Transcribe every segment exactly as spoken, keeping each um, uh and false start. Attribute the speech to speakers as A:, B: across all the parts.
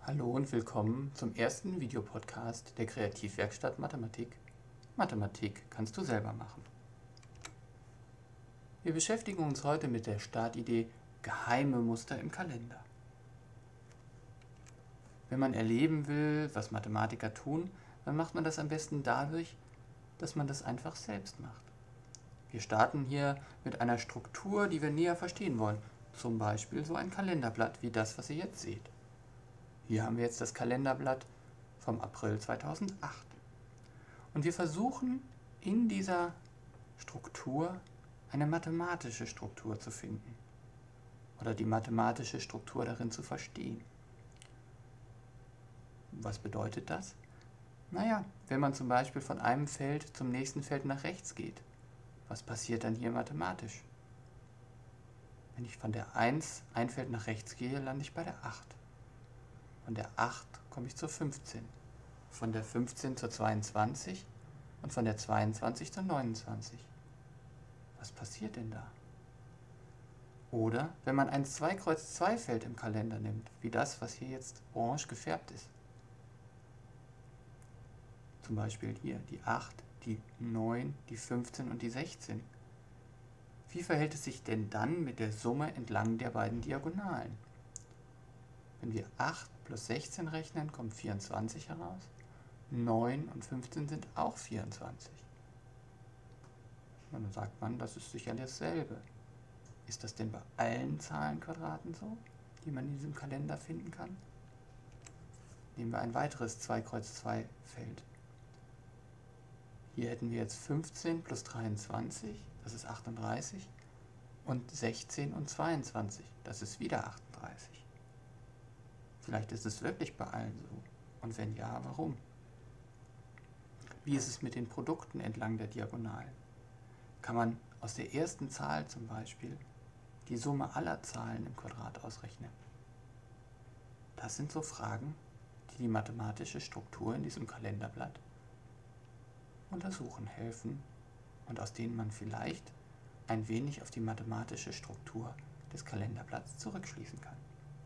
A: Hallo und willkommen zum ersten Videopodcast der Kreativwerkstatt Mathematik. Mathematik kannst du selber machen. Wir beschäftigen uns heute mit der Startidee geheime Muster im Kalender. Wenn man erleben will, was Mathematiker tun, dann macht man das am besten dadurch, dass man das einfach selbst macht. Wir starten hier mit einer Struktur, die wir näher verstehen wollen. Zum Beispiel so ein Kalenderblatt wie das, was ihr jetzt seht. Hier haben wir jetzt das Kalenderblatt vom April zweitausendacht. Und wir versuchen in dieser Struktur eine mathematische Struktur zu finden oder die mathematische Struktur darin zu verstehen. Was bedeutet das? Naja, wenn man zum Beispiel von einem Feld zum nächsten Feld nach rechts geht, was passiert dann hier mathematisch? Wenn ich von der eins ein Feld nach rechts gehe, lande ich bei der acht. Von der acht komme ich zur fünfzehn, von der fünfzehn zur zweiundzwanzig und von der zweiundzwanzig zur neunundzwanzig. Was passiert denn da? Oder wenn man ein zwei Kreuz zwei Feld im Kalender nimmt, wie das, was hier jetzt orange gefärbt ist. Zum Beispiel hier die acht, die neun, die fünfzehn und die sechzehn. Wie verhält es sich denn dann mit der Summe entlang der beiden Diagonalen? Wenn wir acht plus sechzehn rechnen, kommt vierundzwanzig heraus. neun und fünfzehn sind auch vierundzwanzig. Und dann sagt man, das ist sicher dasselbe. Ist das denn bei allen Zahlenquadraten so, die man in diesem Kalender finden kann? Nehmen wir ein weiteres zwei Kreuz zwei Feld. Hier hätten wir jetzt fünfzehn plus dreiundzwanzig, das ist achtunddreißig, und sechzehn und zweiundzwanzig, das ist wieder achtunddreißig. Vielleicht ist es wirklich bei allen so. Und wenn ja, warum? Wie ist es mit den Produkten entlang der Diagonalen? Kann man aus der ersten Zahl zum Beispiel die Summe aller Zahlen im Quadrat ausrechnen? Das sind so Fragen, die die mathematische Struktur in diesem Kalenderblatt untersuchen helfen und aus denen man vielleicht ein wenig auf die mathematische Struktur des Kalenderblatts zurückschließen kann.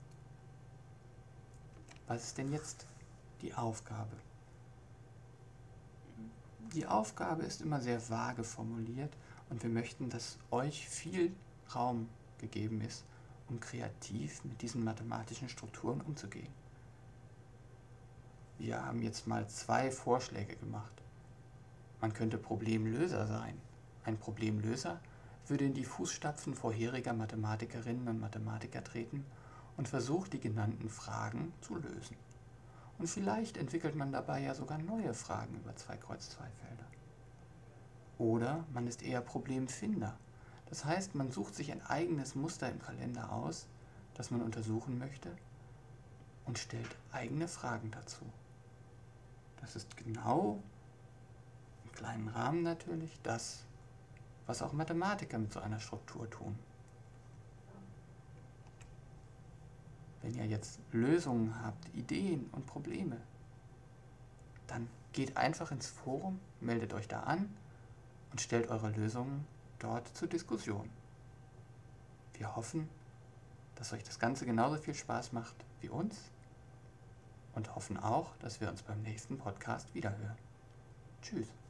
A: Was ist denn jetzt die Aufgabe? Die Aufgabe ist immer sehr vage formuliert und wir möchten, dass euch viel Raum gegeben ist, um kreativ mit diesen mathematischen Strukturen umzugehen. Wir haben jetzt mal zwei Vorschläge gemacht. Man könnte Problemlöser sein. Ein Problemlöser würde in die Fußstapfen vorheriger Mathematikerinnen und Mathematiker treten und versucht, die genannten Fragen zu lösen. Und vielleicht entwickelt man dabei ja sogar neue Fragen über zwei Kreuz zwei Felder. Oder man ist eher Problemfinder. Das heißt, man sucht sich ein eigenes Muster im Kalender aus, das man untersuchen möchte, und stellt eigene Fragen dazu. Das ist genau, im kleinen Rahmen natürlich, das, was auch Mathematiker mit so einer Struktur tun. Wenn ihr jetzt Lösungen habt, Ideen und Probleme, dann geht einfach ins Forum, meldet euch da an und stellt eure Lösungen dort zur Diskussion. Wir hoffen, dass euch das Ganze genauso viel Spaß macht wie uns und hoffen auch, dass wir uns beim nächsten Podcast wiederhören. Tschüss.